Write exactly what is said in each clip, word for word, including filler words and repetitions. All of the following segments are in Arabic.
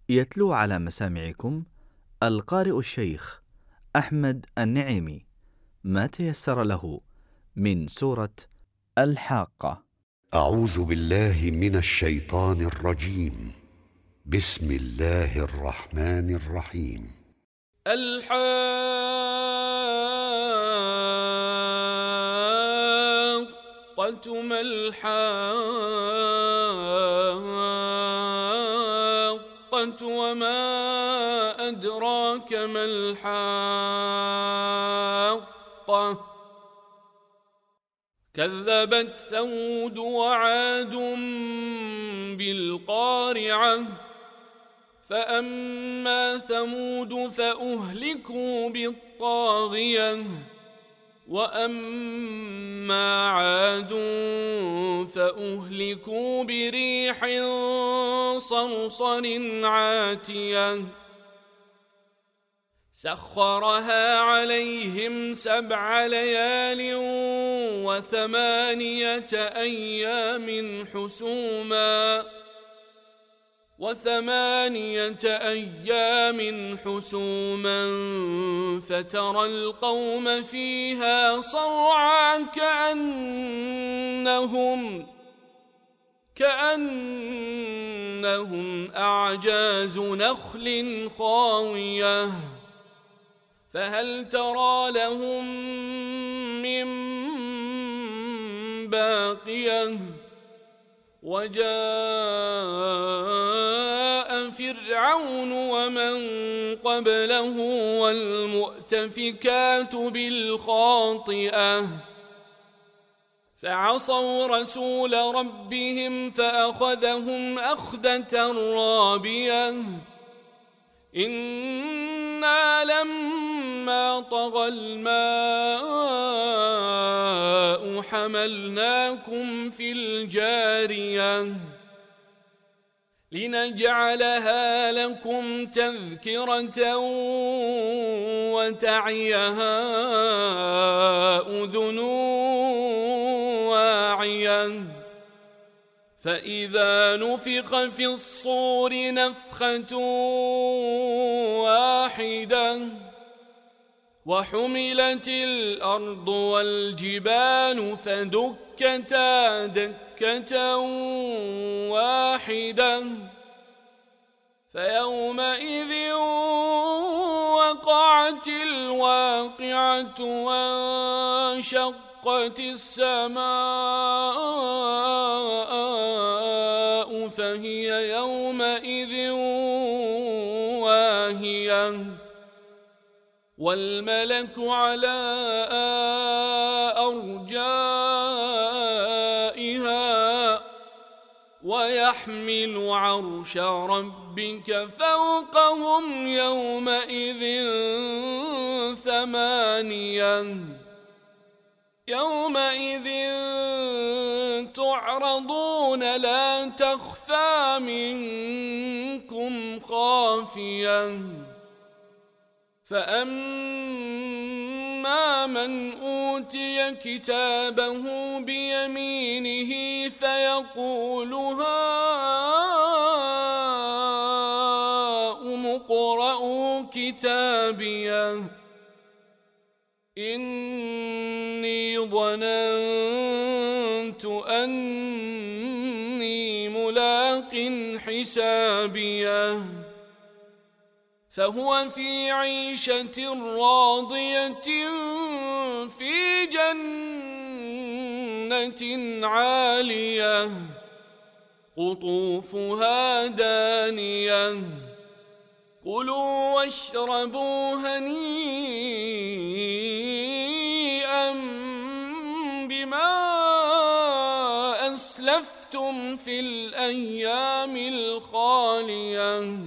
يتلو على مسامعكم القارئ الشيخ أحمد النعيمي ما تيسر له من سورة الحاقة. أعوذ بالله من الشيطان الرجيم. بسم الله الرحمن الرحيم. الحاقة ما الحاقة وما أدراك ما الحاقة كذبت ثمود وعاد بالقارعة فأما ثمود فأهلكوا بالطاغية وأما عاد فأهلكوا بريح صرصر عاتية سخرها عليهم سبع ليال وثمانية أيام حسوما وثمانية أيام حسوما فترى القوم فيها صرعى كأنهم كأنهم أعجاز نخل خاوية فهل ترى لهم من باقية وجاء فرعون ومن قبله والمؤتفكات بالخاطئة فعصوا رسول ربهم فأخذهم أخذة رابية إنا لما طغى الماء حملناكم في الجارية لنجعلها لكم تذكرة وتعيها أذن واعية فإذا نفخ في الصور نفخة واحدة وحملت الأرض والجبال فدكتا دكة واحدة فيومئذ وقعت الواقعة وانشقت السماء فهي يومئذ واهية والملك على أرجائها ويحمل عرش ربك فوقهم يومئذ ثمانية يومئذ تعرضون لا تخفى منكم خافية فأما من أوتي كتابه بيمينه فيقول هاؤم اقرءوا كتابيه إني ظننت أني ملاق حسابيه فهو في عيشة راضية في جنة عالية قطوفها دانية كلوا واشربوا هنيئا بما أسلفتم في الأيام الخالية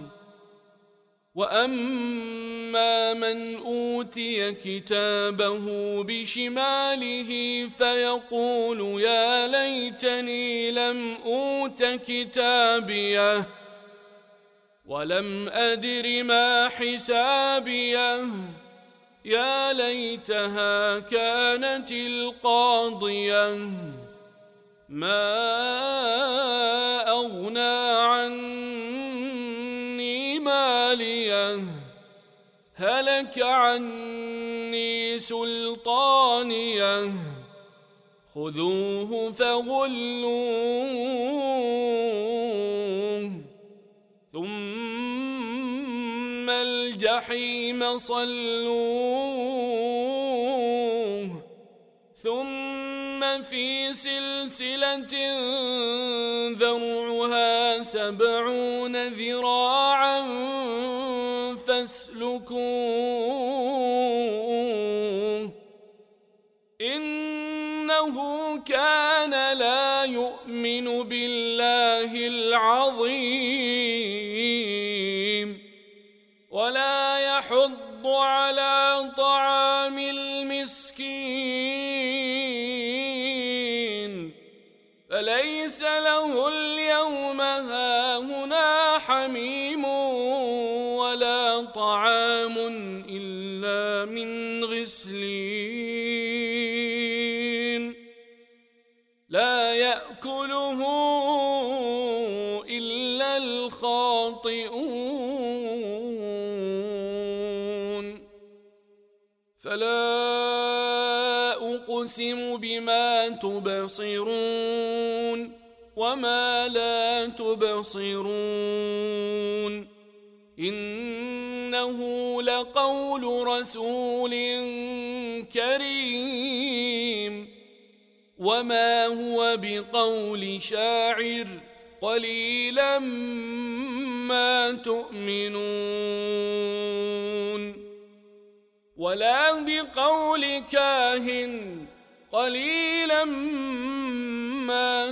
وأما من أوتي كتابه بشماله فيقول يا ليتني لم أوت كتابيه ولم أدر ما حسابيه يا ليتها كانت القاضية ما أغنى عني ماليه هلك عني سلطانيه خذوه فغلوه ثم الجحيم صلوه ثم في سلسلة ذرعها سبعون ذراعا فاسلكوه إنه كان لا يؤمن بالله العظيم ولا يحض على طعام المسكين فليس له اليوم هاهنا حميم ولا طعام إلا من غسلين لا يأكله إلا الخاطئون فلا أقسم بما تبصرون وما لا تبصرون إنه لقول رسول كريم وما هو بقول شاعر قليلا ما تؤمنون ولا بقول كاهن قليلا ما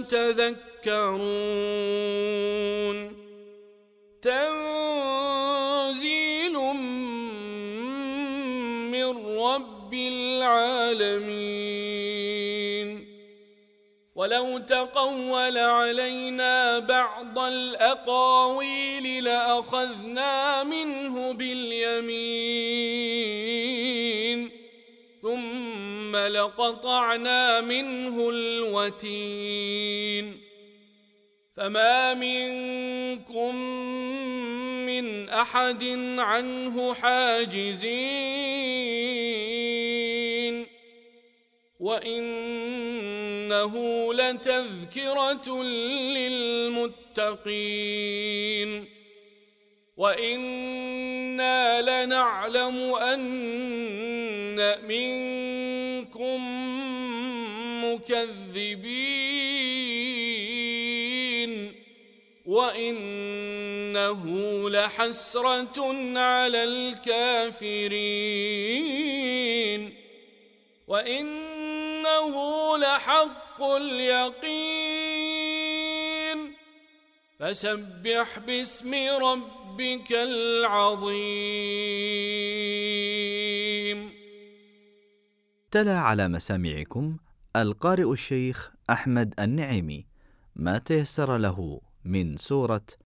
تذكرون تنزيل من رب العالمين ولو تقول علينا بعض الأقاويل لأخذنا منه باليمين ثم لقطعنا منه الوتين فما منكم من أحد عنه حاجزين وإنه لتذكرة للمتقين وإنا لنعلم أن منكم مكذبين وإنه لحسرة على الكافرين وإنه لحق اليقين فسبح باسم ربك العظيم. تلا على مسامعكم القارئ الشيخ أحمد النعيمي ما تيسر له من سورة